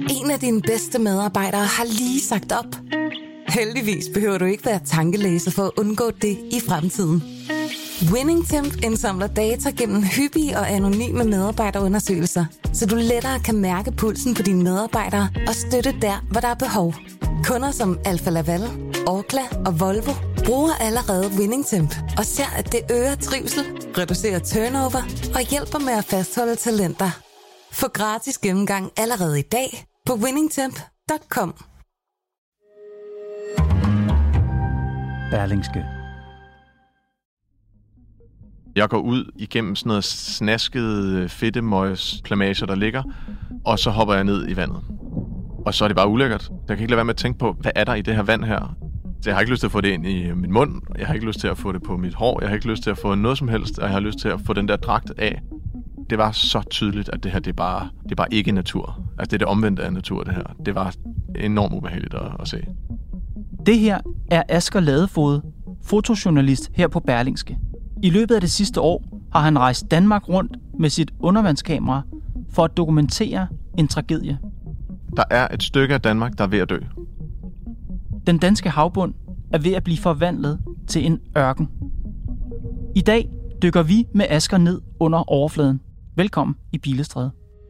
En af dine bedste medarbejdere har lige sagt op. Heldigvis behøver du ikke være tankelæser for at undgå det i fremtiden. WinningTemp indsamler data gennem hyppige og anonyme medarbejderundersøgelser, så du lettere kan mærke pulsen på dine medarbejdere og støtte der, hvor der er behov. Kunder som Alfa Laval, Orkla og Volvo bruger allerede WinningTemp og ser, at det øger trivsel, reducerer turnover og hjælper med at fastholde talenter. Få gratis gennemgang allerede i dag på winningtemp.com. Berlingske. Jeg går ud igennem sådan noget snasket fedtemøgsplamager, der ligger, og så hopper jeg ned i vandet. Og så er det bare ulækkert. Jeg kan ikke lade være med at tænke på, hvad er der i det her vand her? Jeg har ikke lyst til at få det ind i min mund, jeg har ikke lyst til at få det på mit hår, jeg har ikke lyst til at få noget som helst, og jeg har lyst til at få den der dragt af. Det var så tydeligt, at det her, det er bare ikke natur. Altså det er det omvendte af natur, det her. Det var enormt ubehageligt at se. Det her er Asger Ladefoged, fotojournalist her på Berlingske. I løbet af det sidste år har han rejst Danmark rundt med sit undervandskamera for at dokumentere en tragedie. Der er et stykke af Danmark, der er ved at dø. Den danske havbund er ved at blive forvandlet til en ørken. I dag dykker vi med Asger ned under overfladen. Velkommen i Pilestræde.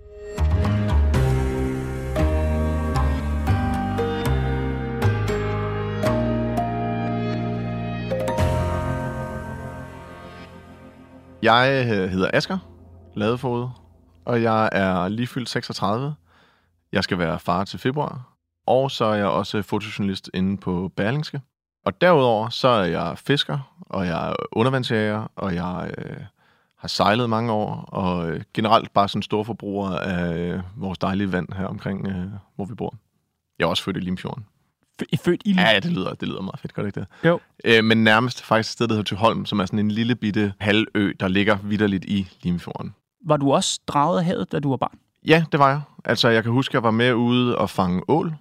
Jeg hedder Asger Ladefoged, og jeg er lige fyldt 36. Jeg skal være far til februar, og så er jeg også fotojournalist inde på Berlingske. Og derudover så er jeg fisker, og jeg er undervandsjæger, og jeg har sejlet mange år, og generelt bare sådan en stor forbruger af vores dejlige vand her omkring, hvor vi bor. Jeg er også født i Limfjorden. Født i Limfjorden? Ja, det lyder meget fedt, gør det ikke det? Jo. Men nærmest faktisk et sted, der hedder Thyholm, som er sådan en lille bitte halvø, der ligger vitterligt i Limfjorden. Var du også draget af havet, da du var barn? Ja, det var jeg. Altså, jeg kan huske, at jeg var med ude og fange ål,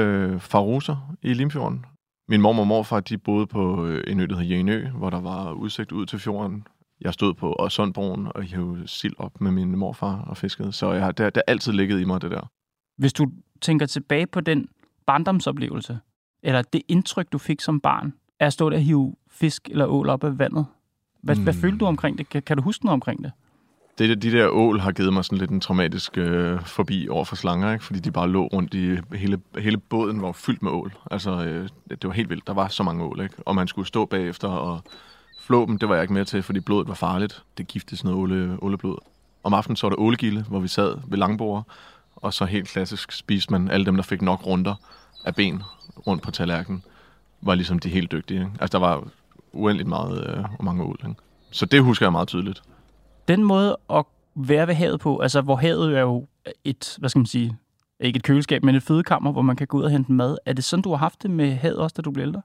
faruser i Limfjorden. Min mormor og morfar, de boede på en ø, der hedder Jænø, hvor der var udsigt ud til fjorden. Jeg stod på Sundbroen og hævde sild op med min morfar og fiskede. Så det har altid ligget i mig, det der. Hvis du tænker tilbage på den barndomsoplevelse, eller det indtryk, du fik som barn, af at stå der og hive fisk eller ål op af vandet, hvad følte du omkring det? Kan du huske noget omkring det? De der ål har givet mig sådan lidt en traumatisk forbi over for slanger, ikke? Fordi de bare lå rundt i hele båden var fyldt med ål. Altså, det var helt vildt. Der var så mange ål, ikke? Og man skulle stå bagefter og flå dem. Det var jeg ikke med til, fordi blodet var farligt. Det gifte sådan noget åleblod. Om aftenen så var der ålegilde, hvor vi sad ved langbord, og så helt klassisk spiste man alle dem, der fik nok runder af ben rundt på tallerkenen, var ligesom de helt dygtige, ikke? Altså, der var uendeligt meget og mange ål, ikke? Så det husker jeg meget tydeligt. Den måde at være ved havet på, altså hvor havet er jo et, hvad skal man sige, ikke et køleskab, men et fødekammer, hvor man kan gå ud og hente mad. Er det sådan, du har haft det med havet også, da du blev ældre?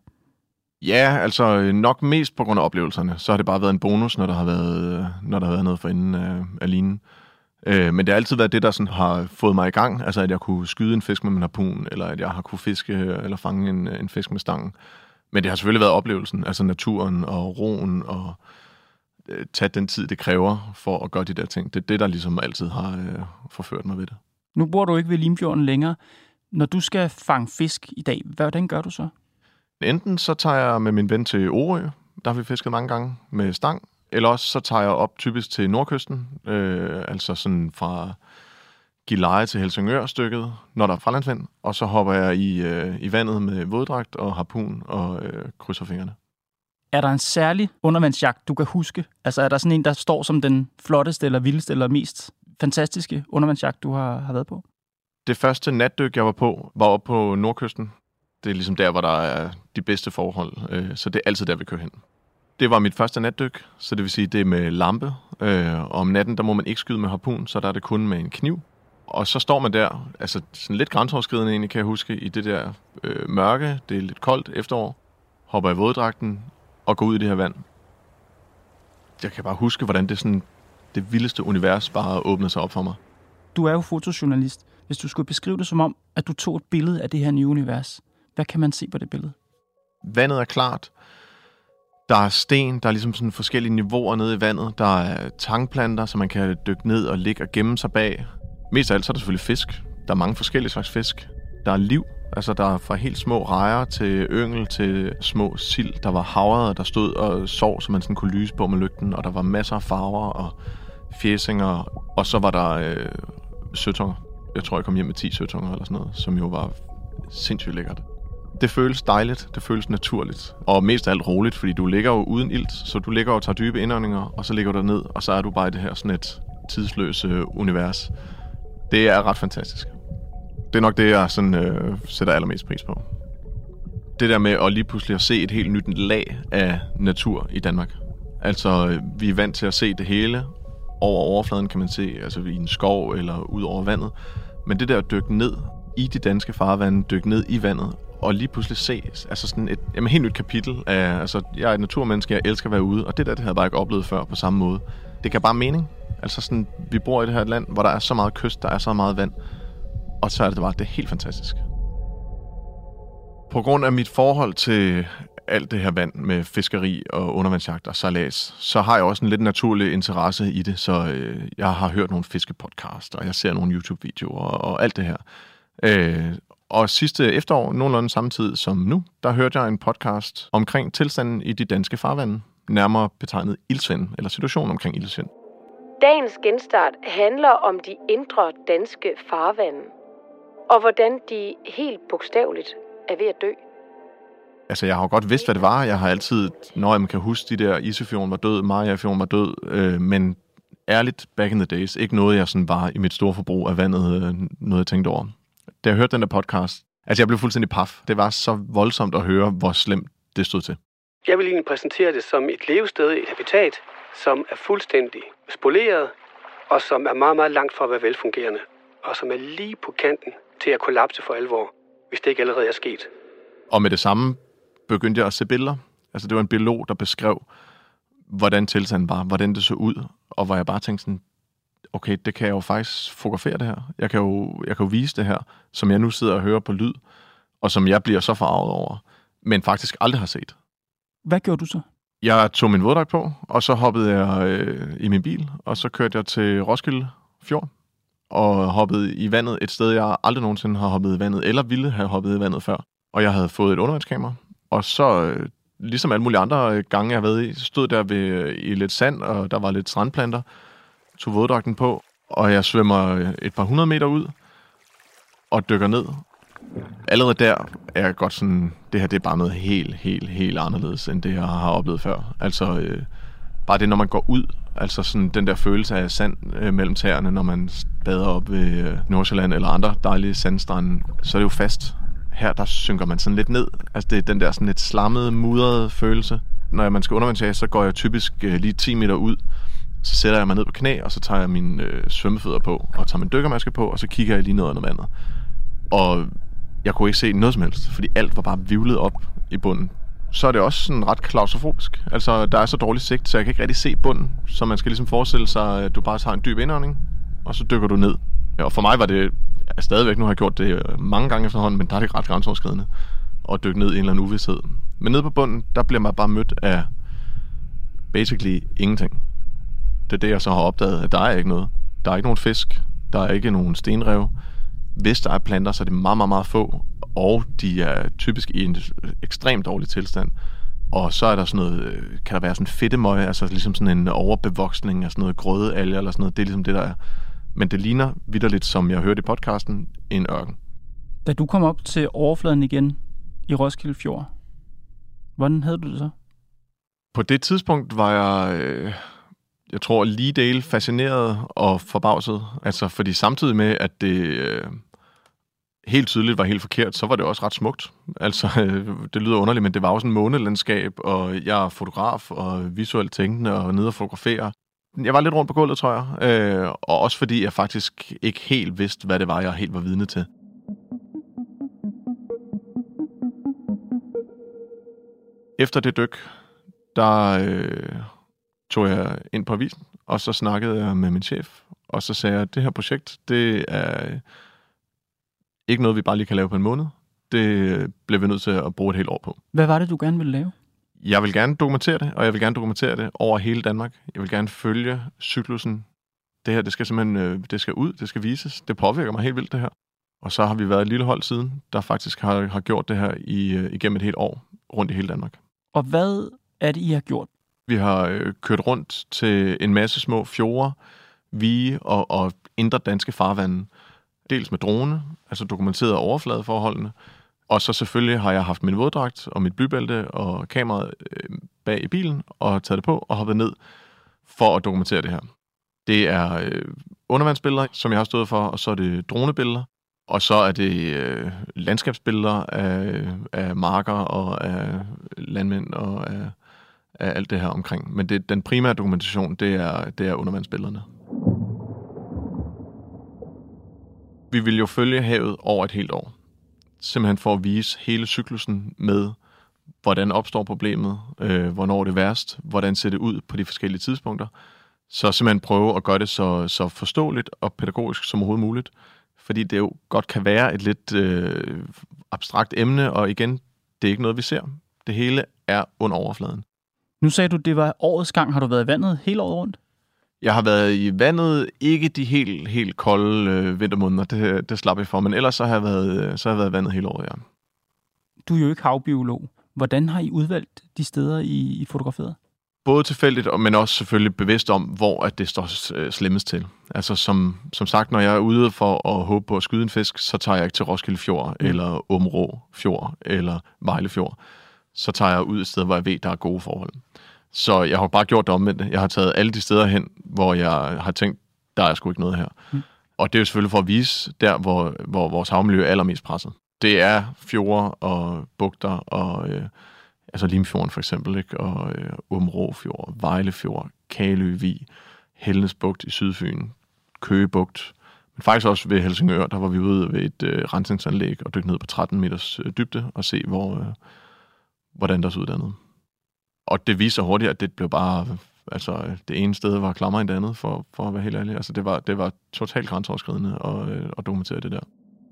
Ja, altså nok mest på grund af oplevelserne. Så har det bare været en bonus, når der har været noget for enden af linen. Men det har altid været det, der sådan har fået mig i gang. Altså at jeg kunne skyde en fisk med min harpun, eller at jeg har kunne fiske eller fange en fisk med stangen. Men det har selvfølgelig været oplevelsen, altså naturen og roen og tage den tid, det kræver for at gøre de der ting. Det er det, der ligesom altid har forført mig ved det. Nu bor du ikke ved Limfjorden længere. Når du skal fange fisk i dag, hvordan gør du så? Enten så tager jeg med min ven til Orø, der har vi fisket mange gange med stang, eller også så tager jeg op typisk til Nordkysten, altså sådan fra Gilleleje til Helsingør-stykket, når der er fralandsvind, og så hopper jeg i vandet med våddragt og harpun og krydser fingrene. Er der en særlig undervandsjagt, du kan huske? Altså er der sådan en, der står som den flotteste eller vildeste eller mest fantastiske undervandsjagt, du har været på? Det første natdyk, jeg var på, var oppe på Nordkysten. Det er ligesom der, hvor der er de bedste forhold, så det er altid der, vi kører hen. Det var mit første natdyk, så det vil sige, det er med lampe. Og om natten, der må man ikke skyde med harpun, så der er det kun med en kniv. Og så står man der, altså sådan lidt grænseoverskridende egentlig, kan jeg huske, i det der mørke. Det er lidt koldt efterår. Hopper i våddragten og går ud i det her vand. Jeg kan bare huske, hvordan det vildeste univers bare åbnede sig op for mig. Du er jo fotojournalist. Hvis du skulle beskrive det som om, at du tog et billede af det her nye univers, hvad kan man se på det billede? Vandet er klart. Der er sten, der er ligesom sådan forskellige niveauer nede i vandet. Der er tangplanter, så man kan dykke ned og ligge og gemme sig bag. Mest af alt så er der selvfølgelig fisk. Der er mange forskellige slags fisk. Der er liv. Altså, der er fra helt små rejer til yngel til små sild. Der var havre, der stod og sov, så man sådan kunne lyse på med lygten. Og der var masser af farver og fjæsinger. Og så var der søtunger. Jeg tror, jeg kom hjem med 10 søtunger eller sådan noget, som jo var sindssygt lækkert. Det føles dejligt, det føles naturligt, og mest af alt roligt, fordi du ligger jo uden ilt, så du ligger og tager dybe indåndinger, og så ligger du ned, og så er du bare i det her sådan et tidsløse univers. Det er ret fantastisk. Det er nok det, jeg sådan, sætter allermest pris på. Det der med at lige pludselig at se et helt nyt lag af natur i Danmark. Altså, vi er vant til at se det hele. Over overfladen kan man se, altså i en skov eller ud over vandet. Men det der at dykke ned i de danske farvande, dykke ned i vandet, og lige pludselig se altså sådan et helt nyt kapitel af, altså jeg er et naturmenneske, jeg elsker at være ude, og det havde jeg bare ikke oplevet før på samme måde. Det kan bare mening. Altså sådan, vi bor i det her land, hvor der er så meget kyst, der er så meget vand, og så er det bare, det er helt fantastisk. På grund af mit forhold til alt det her vand med fiskeri og undervandsjagt og sejlads, så har jeg også en lidt naturlig interesse i det, så jeg har hørt nogle fiskepodcasts, og jeg ser nogle YouTube-videoer og alt det her. Og sidste efterår, nogenlunde samtidig som nu, der hørte jeg en podcast omkring tilstanden i de danske farvande, nærmere betegnet iltsvind, eller situationen omkring iltsvind. Dagens genstart handler om de indre danske farvande, og hvordan de helt bogstaveligt er ved at dø. Altså, jeg har jo godt vidst, hvad det var. Jeg har altid, når man kan huske, de der Isefjorden var død, Mariafjorden var død, men ærligt, back in the days, ikke noget, jeg sådan var i mit store forbrug af vandet, noget jeg tænkte over. Da jeg hørte den der podcast, altså jeg blev fuldstændig paf. Det var så voldsomt at høre, hvor slemt det stod til. Jeg vil egentlig præsentere det som et levested, et habitat, som er fuldstændig spoleret, og som er meget, meget langt fra at være velfungerende, og som er lige på kanten til at kollapse for alvor, hvis det ikke allerede er sket. Og med det samme begyndte jeg at se billeder. Altså det var en biolog, der beskrev, hvordan tilstanden var, hvordan det så ud, og hvor jeg bare tænkte sådan, okay, det kan jeg jo faktisk fotografere det her. Jeg kan jo vise det her, som jeg nu sidder og hører på lyd, og som jeg bliver så forarvet over, men faktisk aldrig har set. Hvad gjorde du så? Jeg tog min våddragt på, og så hoppede jeg i min bil, og så kørte jeg til Roskilde Fjord, og hoppede i vandet et sted, jeg aldrig nogensinde har hoppet i vandet, eller ville have hoppet i vandet før. Og jeg havde fået et undervandskamera, og så, ligesom alle mulige andre gange, jeg har været i, stod der i lidt sand, og der var lidt strandplanter, tog våddragten på, og jeg svømmer et par 100 meter ud, og dykker ned. Allerede der er jeg godt sådan, det her det er bare noget helt anderledes, end det jeg har oplevet før. Altså, bare det, når man går ud, altså sådan den der følelse af sand mellem tæerne, når man bader op ved Nordsjælland eller andre dejlige sandstrande, så er det jo fast. Her, der synker man sådan lidt ned. Altså, det er den der sådan lidt slammede, mudrede følelse. Når man skal undervandsjage, så går jeg typisk lige 10 meter ud. Så sætter jeg mig ned på knæ, og så tager jeg mine svømmefødder på, og tager min dykkermaske på, og så kigger jeg lige ned under vandet. Og jeg kunne ikke se noget som helst, fordi alt var bare vivlet op i bunden. Så er det også sådan ret klaustrofobisk. Altså, der er så dårlig sigt, så jeg kan ikke rigtig se bunden. Så man skal ligesom forestille sig, at du bare tager en dyb indånding, og så dykker du ned. Og for mig var det stadigvæk, nu har jeg gjort det mange gange efterhånden, men der er det ret grænseoverskridende at dykke ned i en eller anden uvished. Men nede på bunden, der bliver man bare mødt af basically ingenting. Det er det, jeg så har opdaget, at der er ikke noget. Der er ikke nogen fisk, der er ikke nogen stenrev. Hvis der er planter, så er det meget, meget få, og de er typisk i en ekstremt dårlig tilstand. Og så er der sådan noget, kan der være sådan fedtemøg, altså ligesom sådan en overbevoksning af sådan noget grødealger eller sådan noget. Det er ligesom det, der er. Men det ligner vitterligt, som jeg hørte i podcasten, en ørken. Da du kom op til overfladen igen i Roskilde Fjord, hvordan havde du det så? På det tidspunkt var jeg tror lige del fascineret og forbavset. Altså, fordi samtidig med, at det helt tydeligt var helt forkert, så var det også ret smukt. Altså, det lyder underligt, men det var også en månelandskab, og jeg er fotograf og visuelt tænkende og nede og fotografere. Jeg var lidt rundt på gulvet, tror jeg. Og også fordi jeg faktisk ikke helt vidste, hvad det var, jeg helt var vidne til. Efter det dyk, der tog jeg ind på avisen, og så snakkede jeg med min chef, og så sagde jeg, at det her projekt, det er ikke noget, vi bare lige kan lave på en måned. Det bliver vi nødt til at bruge et helt år på. Hvad var det, du gerne ville lave? Jeg vil gerne dokumentere det, og jeg vil gerne dokumentere det over hele Danmark. Jeg vil gerne følge cyklusen. Det her, det skal simpelthen det skal ud, det skal vises. Det påvirker mig helt vildt, det her. Og så har vi været et lille hold siden, der faktisk har gjort det her igennem et helt år rundt i hele Danmark. Og hvad er det, I har gjort? Vi har kørt rundt til en masse små fjorde, vige og indre danske farvande. Dels med drone, altså dokumenteret overfladeforholdene. Og så selvfølgelig har jeg haft min våddragt og mit blybælte og kameraet bag i bilen og taget det på og hoppet ned for at dokumentere det her. Det er undervandsbilleder, som jeg har stået for, og så er det dronebilleder. Og så er det landskabsbilleder af marker og af landmænd og af alt det her omkring. Men den primære dokumentation, det er undervandsbillederne. Vi vil jo følge havet over et helt år. Simpelthen for at vise hele cyklusen med, hvordan opstår problemet, hvornår det er værst, hvordan ser det ud på de forskellige tidspunkter. Så simpelthen prøve at gøre det så forståeligt og pædagogisk som overhovedet muligt. Fordi det jo godt kan være et lidt abstrakt emne, og igen, det er ikke noget, vi ser. Det hele er under overfladen. Nu sagde du, det var årets gang. Har du været i vandet hele året rundt? Jeg har været i vandet, ikke de helt kolde vintermåneder, det slap jeg for, men ellers så har jeg været i vandet hele året, ja. Du er jo ikke havbiolog. Hvordan har I udvalgt de steder, I fotograferet? Både tilfældigt, men også selvfølgelig bevidst om, hvor at det står slemmest til. Altså som sagt, når jeg er ude for at håbe på at skyde en fisk, så tager jeg ikke til Roskilde Fjord, eller Åbenrå Fjord, eller Vejle Fjord. Så tager jeg ud et sted, hvor jeg ved, der er gode forhold. Så jeg har bare gjort det omvendt. Jeg har taget alle de steder hen, hvor jeg har tænkt, der er sgu ikke noget her. Og det er jo selvfølgelig for at vise der, hvor vores havmiljø er allermest presset. Det er fjorde og bugter og altså Limfjorden for eksempel, ikke? Og Åbenrå Fjord, Vejle Fjord, Kalø Vig, Hellenes Bugt i Sydfyn, Køge Bugt. Men faktisk også ved Helsingør, der var vi ude ved et rensningsanlæg og dykke ned på 13 meters dybde og se, hvordan der så ud dernede. Og det viser hurtigt, at det blev bare, altså det ene sted var klammere end det andet, for at være helt ærlig. Altså det var totalt grænseoverskridende at dokumentere det der.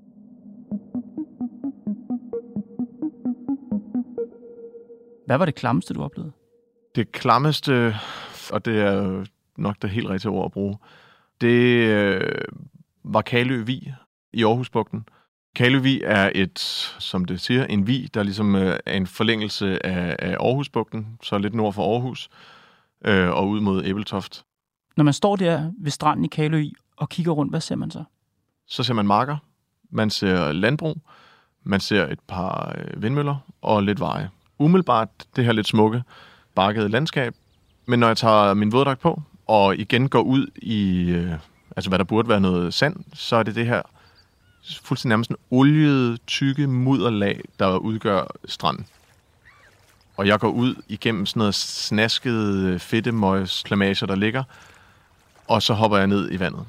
Hvad var det klammeste, du oplevede? Det klammeste, og det er jo nok det helt rigtige ord at bruge, det var Kalø Vig i Aarhusbugten. Kalø Vig er som det siger, en vig, der ligesom er en forlængelse af Aarhusbugten, så lidt nord for Aarhus, og ud mod Ebeltoft. Når man står der ved stranden i Kalø og kigger rundt, hvad ser man så? Så ser man marker, man ser landbrug, man ser et par vindmøller og lidt veje. Umiddelbart det her lidt smukke, bakkede landskab. Men når jeg tager min våddragt på, og igen går ud i, altså hvad der burde være noget sand, så er det her fuldstændig nærmest en oliet, tykke mudderlag, der udgør stranden. Og jeg går ud igennem sådan noget snaskede fedtemøgsklamager, der ligger, og så hopper jeg ned i vandet.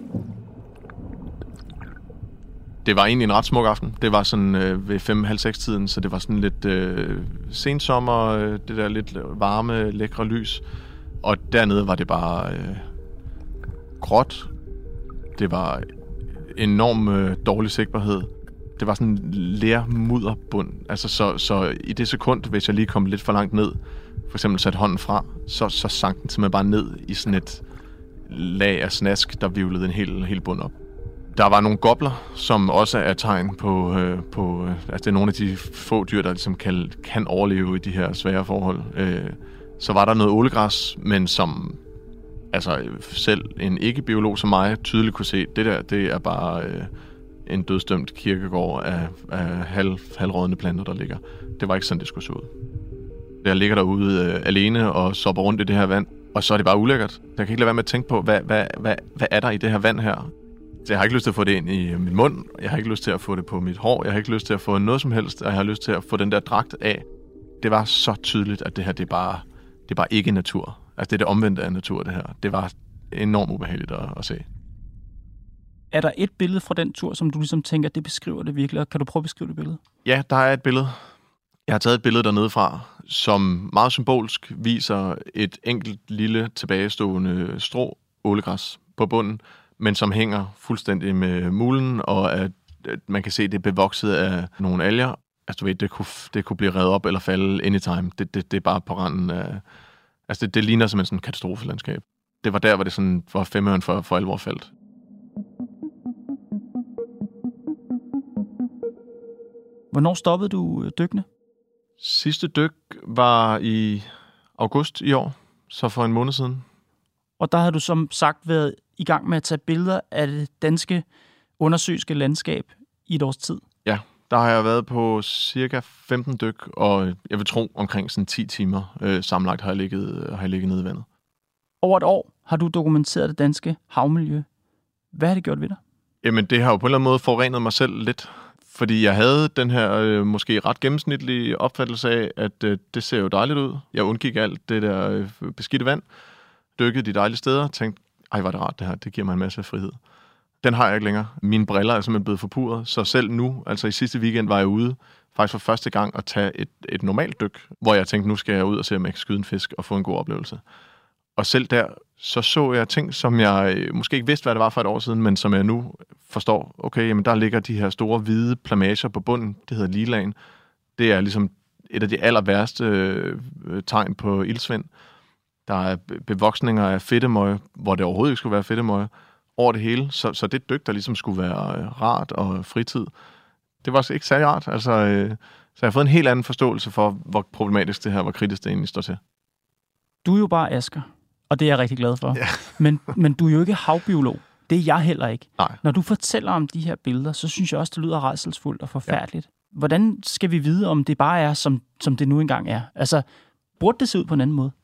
Det var egentlig en ret smuk aften. Det var sådan ved 5-6-tiden, så det var sådan lidt sensommer, det der lidt varme, lækre lys. Og dernede var det bare gråt. Det var enorm dårlig sigtbarhed. Det var sådan en lermudderbund. Altså så i det sekund, hvis jeg lige kom lidt for langt ned, for eksempel satte hånden fra, så sank den simpelthen bare ned i sådan et lag af snask, der hvirvlede en hel bund op. Der var nogle gobler, som også er tegn på altså det er nogle af de få dyr, der ligesom kan overleve i de her svære forhold. Så var der noget ålegræs, men som altså selv en ikke-biolog som mig tydeligt kunne se, det er bare en dødsdømt kirkegård af halvrådne planter, der ligger. Det var ikke sådan, det skulle se ud. Jeg ligger derude alene og sopper rundt i det her vand, og så er det bare ulækkert. Jeg kan ikke lade være med at tænke på, hvad er der i det her vand her? Jeg har ikke lyst til at få det ind i min mund, jeg har ikke lyst til at få det på mit hår, jeg har ikke lyst til at få noget som helst, og jeg har lyst til at få den der dragt af. Det var så tydeligt, at det her, det er bare ikke natur. Altså det er det omvendte af natur, det her. Det var enormt ubehageligt at se. Er der et billede fra den tur, som du ligesom tænker, det beskriver det virkelig, og kan du prøve at beskrive det billede? Ja, der er et billede. Jeg har taget et billede dernede fra, som meget symbolsk viser et enkelt lille tilbagestående strå ålegræs på bunden, men som hænger fuldstændig med mulen, og at man kan se, at det er bevokset af nogle alger. Altså du ved, det kunne blive revet op eller falde anytime. Det er bare på randen af... Altså det ligner som en sådan katastrofelandskab. Det var der, hvor det sådan var femøren for alvor faldt. Hvornår stoppede du dykkene? Sidste dyk var i august i år, så for en måned siden. Og der havde du som sagt været i gang med at tage billeder af det danske undersøiske landskab i et års tid. Ja, der har jeg været på cirka 15 dyk, og jeg vil tro omkring sådan 10 timer sammenlagt har jeg ligget nede i vandet. Over et år har du dokumenteret det danske havmiljø. Hvad har det gjort ved dig? Jamen, det har jo på en eller anden måde forurenet mig selv lidt, fordi jeg havde den her måske ret gennemsnitlige opfattelse af, at det ser jo dejligt ud. Jeg undgik alt det der beskidte vand, dykkede de dejlige steder, tænkte, ej, var det rart det her, det giver mig en masse frihed. Den har jeg ikke længere. Mine briller er simpelthen blevet forpurret, så selv nu, altså i sidste weekend, var jeg ude faktisk for første gang at tage et normalt dyk, hvor jeg tænkte, nu skal jeg ud og se, om jeg kan skyde en fisk og få en god oplevelse. Og selv der, så jeg ting, som jeg måske ikke vidste, hvad det var for et år siden, men som jeg nu forstår, okay, jamen der ligger de her store hvide plamager på bunden, det hedder lilagen. Det er ligesom et af de aller værste tegn på iltsvind. Der er bevoksninger af fedtemøg, hvor det overhovedet ikke skulle være fedtemøg, over det hele. Så det dyk, der ligesom skulle være rart og fritid, det var ikke særlig rart. Altså, så jeg har fået en helt anden forståelse for, hvor problematisk det her, hvor kritisk det egentlig står til. Du er jo bare Asger, og det er jeg rigtig glad for. Ja. Men du er jo ikke havbiolog. Det er jeg heller ikke. Nej. Når du fortæller om de her billeder, så synes jeg også, det lyder rædselsfuldt og forfærdeligt. Ja. Hvordan skal vi vide, om det bare er, som det nu engang er? Altså, burde det se ud på en anden måde?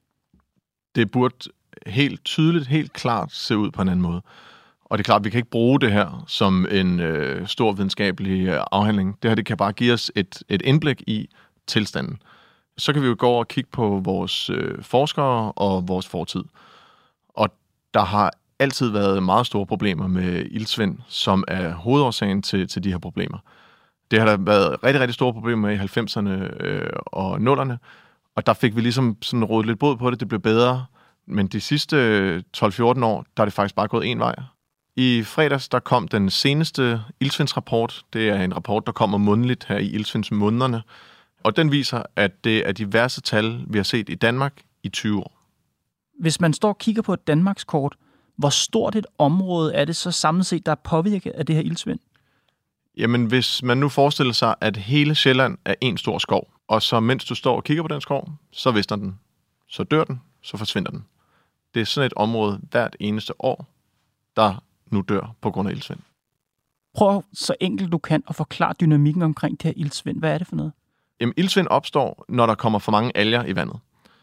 Det burde helt tydeligt, helt klart se ud på en anden måde. Og det er klart, at vi kan ikke bruge det her som en stor videnskabelig afhandling. Det her, det kan bare give os et indblik i tilstanden. Så kan vi jo gå over og kigge på vores forskere og vores fortid. Og der har altid været meget store problemer med iltsvind, som er hovedårsagen til de her problemer. Det har der været rigtig, rigtig store problemer med i 90'erne og 0'erne, og der fik vi ligesom sådan rådet lidt bod på det. Det blev bedre, men de sidste 12-14 år, der er det faktisk bare gået en vej. I fredags, der kom den seneste iltsvindsrapport. Det er en rapport, der kommer månedligt her i iltsvindsmånederne. Og den viser, at det er de værste tal, vi har set i Danmark i 20 år. Hvis man står og kigger på et Danmarkskort, hvor stort et område er det så samlet set, der er påvirket af det her iltsvind? Jamen, hvis man nu forestiller sig, at hele Sjælland er en stor skov, og så mens du står og kigger på den skov, så visner den, så dør den, så forsvinder den. Det er sådan et område hvert eneste år, der nu dør på grund af iltsvind. Prøv så enkelt du kan at forklare dynamikken omkring det her iltsvind. Hvad er det for noget? Jamen, iltsvind opstår, når der kommer for mange alger i vandet.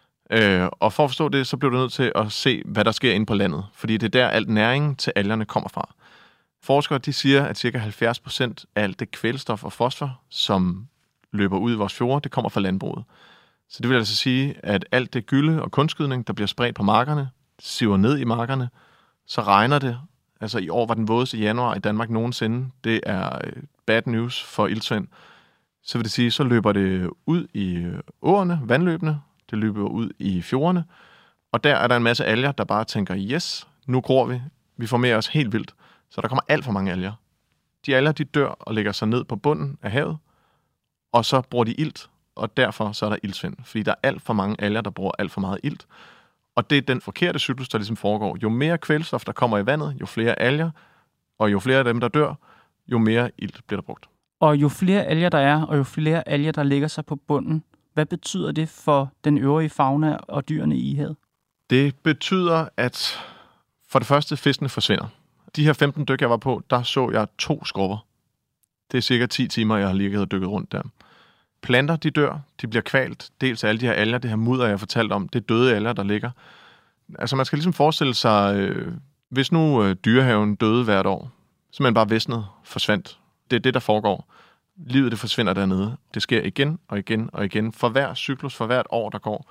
Og for at forstå det, så bliver du nødt til at se, hvad der sker inde på landet. Fordi det er der, alt næringen til algerne kommer fra. Forskere de siger, at ca. 70% af alt det kvælstof og fosfor, som løber ud i vores fjorde, det kommer fra landbruget. Så det vil altså sige, at alt det gylde og kunstgødning, der bliver spredt på markerne, siver ned i markerne, så regner det. Altså i år var den vådeste januar i Danmark nogensinde. Det er bad news for iltsvind. Så vil det sige, så løber det ud i åerne, vandløbene, det løber ud i fjordene, og der er der en masse alger, der bare tænker, yes, nu gror vi formerer os helt vildt. Så der kommer alt for mange alger. De alger, de dør og lægger sig ned på bunden af havet, og så bruger de ilt, og derfor så er der iltsvind. Fordi der er alt for mange alger, der bruger alt for meget ilt. Og det er den forkerte cyklus, der ligesom foregår. Jo mere kvælstof, der kommer i vandet, jo flere alger, og jo flere af dem, der dør, jo mere ilt bliver der brugt. Og jo flere alger der er, og jo flere alger, der lægger sig på bunden, hvad betyder det for den øvrige fauna og dyrene i havet? Det betyder, at for det første, fiskene forsvinder. De her 15 dyk, jeg var på, der så jeg 2 skrubber. Det er cirka 10 timer, jeg har ligget og dykket rundt der. Planter, de dør, de bliver kvalt. Dels af alle de her alger, det her mudder, jeg fortalte om, det er døde alger, der ligger. Altså man skal ligesom forestille sig, hvis nu dyrehaven døde hvert år, så man bare visnet, forsvandt. Det er det, der foregår. Livet, det forsvinder dernede. Det sker igen og igen og igen. For hver cyklus, for hvert år, der går.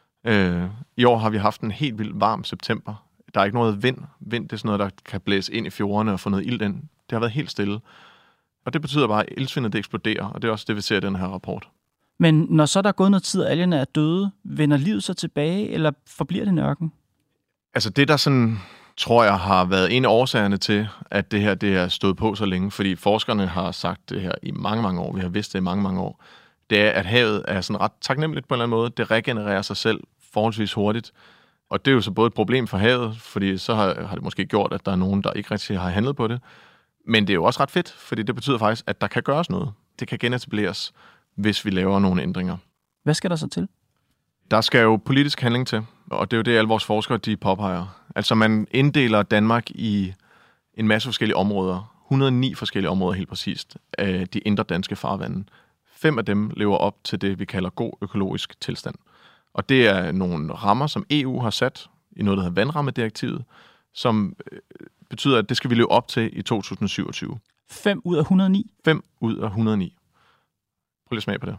I år har vi haft en helt vildt varm september. Der er ikke noget vind. Vind, det er sådan noget, der kan blæse ind i fjordene og få noget ilt ind. Det har været helt stille. Og det betyder bare, at iltsvindet det eksploderer, og det er også det, vi ser i den her rapport. Men når så der er gået noget tid, og algerne er døde, vender livet så tilbage, eller forbliver det en ørken? Altså det, der sådan, tror jeg, har været en af årsagerne til, at det her det er stået på så længe, fordi forskerne har sagt det her i mange, mange år, vi har vidst det i mange, mange år, det er, at havet er sådan ret taknemmeligt på en eller anden måde. Det regenererer sig selv forholdsvis hurtigt. Og det er jo så både et problem for havet, fordi så har det måske gjort, at der er nogen, der ikke rigtig har handlet på det. Men det er jo også ret fedt, fordi det betyder faktisk, at der kan gøres noget. det kan genetableres, hvis vi laver nogle ændringer. Hvad skal der så til? Der skal jo politisk handling til, og det er jo det, alle vores forskere de påpeger. Altså man inddeler Danmark i en masse forskellige områder, 109 forskellige områder helt præcist, af de indre danske farvande. 5 af dem lever op til det, vi kalder god økologisk tilstand. Og det er nogle rammer, som EU har sat i noget, der hedder vandrammedirektivet, som betyder, at det skal vi leve op til i 2027. 5 ud af 109? 5 ud af 109. Prøv lige smag på det.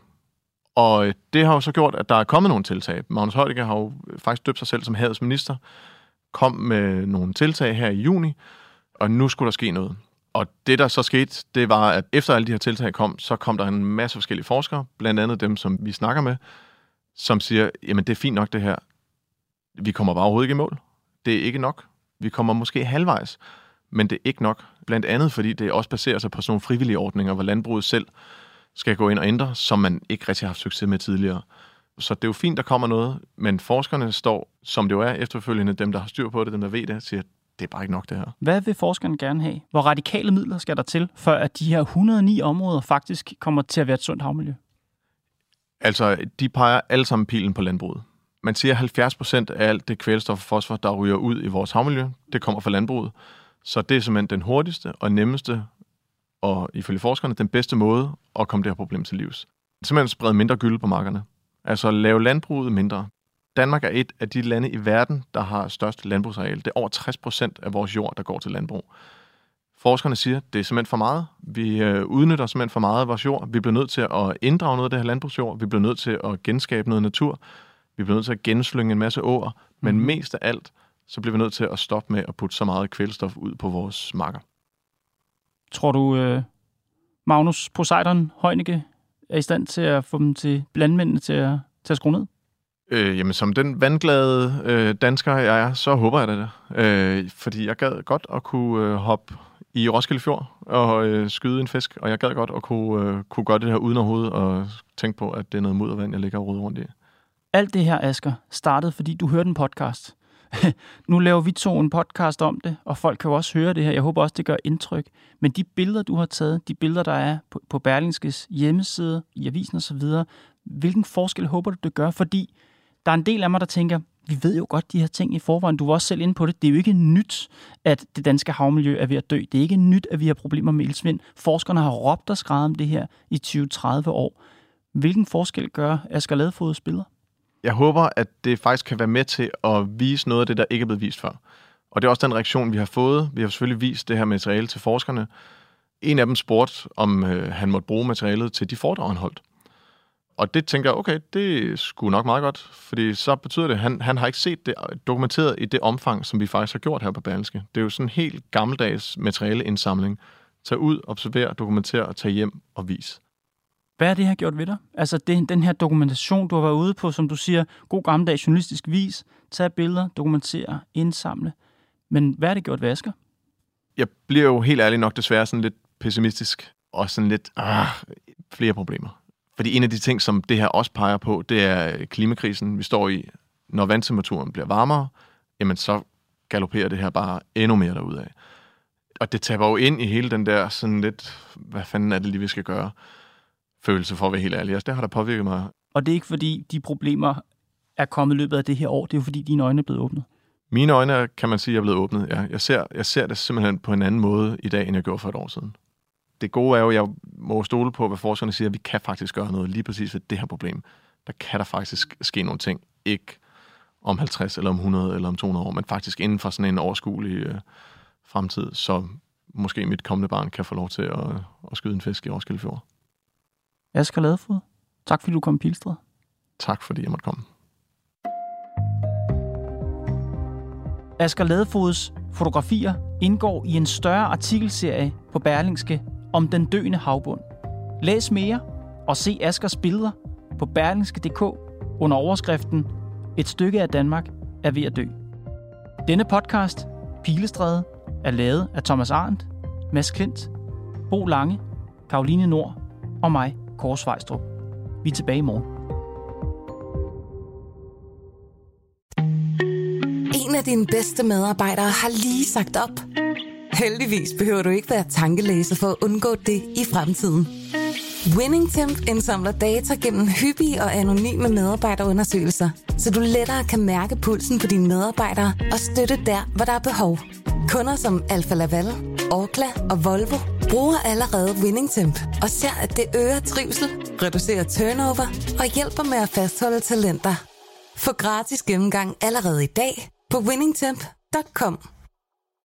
Og det har jo så gjort, at der er kommet nogle tiltag. Magnus Heunicke har jo faktisk døbt sig selv som havets minister, kom med nogle tiltag her i juni, og nu skulle der ske noget. Og det, der så skete, det var, at efter alle de her tiltag kom, så kom der en masse forskellige forskere, blandt andet dem, som vi snakker med, som siger, jamen det er fint nok det her. Vi kommer bare overhovedet ikke i mål. Det er ikke nok. Vi kommer måske halvvejs, men det er ikke nok. Blandt andet, fordi det også baserer sig på sådan nogle frivillige ordninger, hvor landbruget selv skal gå ind og ændre, som man ikke rigtig har haft succes med tidligere. Så det er jo fint, der kommer noget, men forskerne står, som det jo er efterfølgende, dem der har styr på det, dem der ved det, siger, det er bare ikke nok det her. Hvad vil forskerne gerne have? Hvor radikale midler skal der til, for at de her 109 områder faktisk kommer til at være et sundt havmiljø? Altså, de peger alle sammen pilen på landbruget. Man siger, 70% af alt det kvælstof og fosfor, der ryger ud i vores havmiljø, det kommer fra landbruget. Så det er simpelthen den hurtigste og nemmeste, og ifølge forskerne, den bedste måde at komme det her problem til livs. Simpelthen sprede mindre gylle på markerne. Altså lave landbruget mindre. Danmark er et af de lande i verden, der har størst landbrugsareal. Det er over 60% af vores jord, der går til landbrug. Forskerne siger, at det er simpelthen for meget. Vi udnytter simpelthen for meget af vores jord. Vi bliver nødt til at inddrage noget af det her landbrugsjord. Vi bliver nødt til at genskabe noget natur. Vi bliver nødt til at genslynge en masse åer. Men mest af alt, så bliver vi nødt til at stoppe med at putte så meget kvælstof ud på vores marker. Tror du, Magnus Poseidon Heunicke er i stand til at få dem til landmændene til at skrue ned? Jamen, som den vandglade dansker jeg er, så håber jeg det. Fordi jeg gad godt at kunne hoppe i Roskilde Fjord og skyde en fisk, og jeg gad godt at kunne gøre det her uden overhovedet og tænke på, at det er noget muddervand, jeg ligger og roder rundt i. Alt det her, Asger, startede, fordi du hørte en podcast. Nu laver vi to en podcast om det, og folk kan jo også høre det her. Jeg håber også, det gør indtryk. Men de billeder, du har taget, de billeder, der er på Berlingskes hjemmeside, i avisen osv., hvilken forskel håber du, det gør? Fordi der er en del af mig, der tænker, vi ved jo godt de her ting i forvejen. Du var også selv inde på det. Det er jo ikke nyt, at det danske havmiljø er ved at dø. Det er ikke nyt, at vi har problemer med iltsvind. Forskerne har råbt og skreget om det her i 20-30 år. Hvilken forskel gør Asger Ladefods billeder? Jeg håber, at det faktisk kan være med til at vise noget af det, der ikke er blevet vist før. Og det er også den reaktion, vi har fået. Vi har selvfølgelig vist det her materiale til forskerne. En af dem spurgte, om han måtte bruge materialet til de foredrag, han holdt. Og det tænker jeg, okay, det er sgu nok meget godt, fordi så betyder det, at han har ikke set det dokumenteret i det omfang, som vi faktisk har gjort her på Berlingske. Det er jo sådan en helt gammeldags materialeindsamling. Tag ud, observer, dokumentere og tage hjem og vis. Hvad har det her gjort ved dig? Altså den her dokumentation, du har været ude på, som du siger, god gammeldags journalistisk vis, tage billeder, dokumentere, indsamle. Men hvad har det gjort ved Asger? Jeg bliver jo helt ærlig nok desværre sådan lidt pessimistisk og sådan lidt flere problemer. Fordi en af de ting, som det her også peger på, det er klimakrisen, vi står i. Når vandtemperaturen bliver varmere, jamen så galopperer det her bare endnu mere derudad. Og det taber jo ind i hele den der sådan lidt, hvad fanden er det lige, vi skal gøre, følelse for at være helt ærlig. Altså, det har der påvirket mig. Og det er ikke fordi, de problemer er kommet i løbet af det her år. Det er jo fordi, dine øjne er blevet åbnet. Mine øjne, kan man sige, er blevet åbnet, ja. Jeg ser det simpelthen på en anden måde i dag, end jeg gjorde for et år siden. Det gode er jo, at jeg må stole på, hvad forskerne siger, at vi kan faktisk gøre noget lige præcis ved det her problem. Der kan der faktisk ske nogle ting. Ikke om 50 eller om 100 eller om 200 år, men faktisk inden for sådan en overskuelig fremtid, så måske mit kommende barn kan få lov til at skyde en fisk i Roskilde Fjord. Asger Ladefod, tak fordi du kom i Pilestræde. Tak fordi jeg måtte komme. Asger Ladefods fotografier indgår i en større artikelserie på Berlingske om den døende havbund. Læs mere og se Asgers billeder på berlingske.dk under overskriften Et stykke af Danmark er ved at dø. Denne podcast, Pilestræde, er lavet af Thomas Arendt, Mads Klint, Bo Lange, Caroline Nord og mig, Kåre Svejstrup. Vi er tilbage i morgen. En af dine bedste medarbejdere har lige sagt op. Heldigvis behøver du ikke være tankelæser for at undgå det i fremtiden. WinningTemp indsamler data gennem hyppige og anonyme medarbejderundersøgelser, så du lettere kan mærke pulsen på dine medarbejdere og støtte der, hvor der er behov. Kunder som Alfa Laval, Orkla og Volvo bruger allerede WinningTemp og ser, at det øger trivsel, reducerer turnover og hjælper med at fastholde talenter. Få gratis gennemgang allerede i dag på winningtemp.com.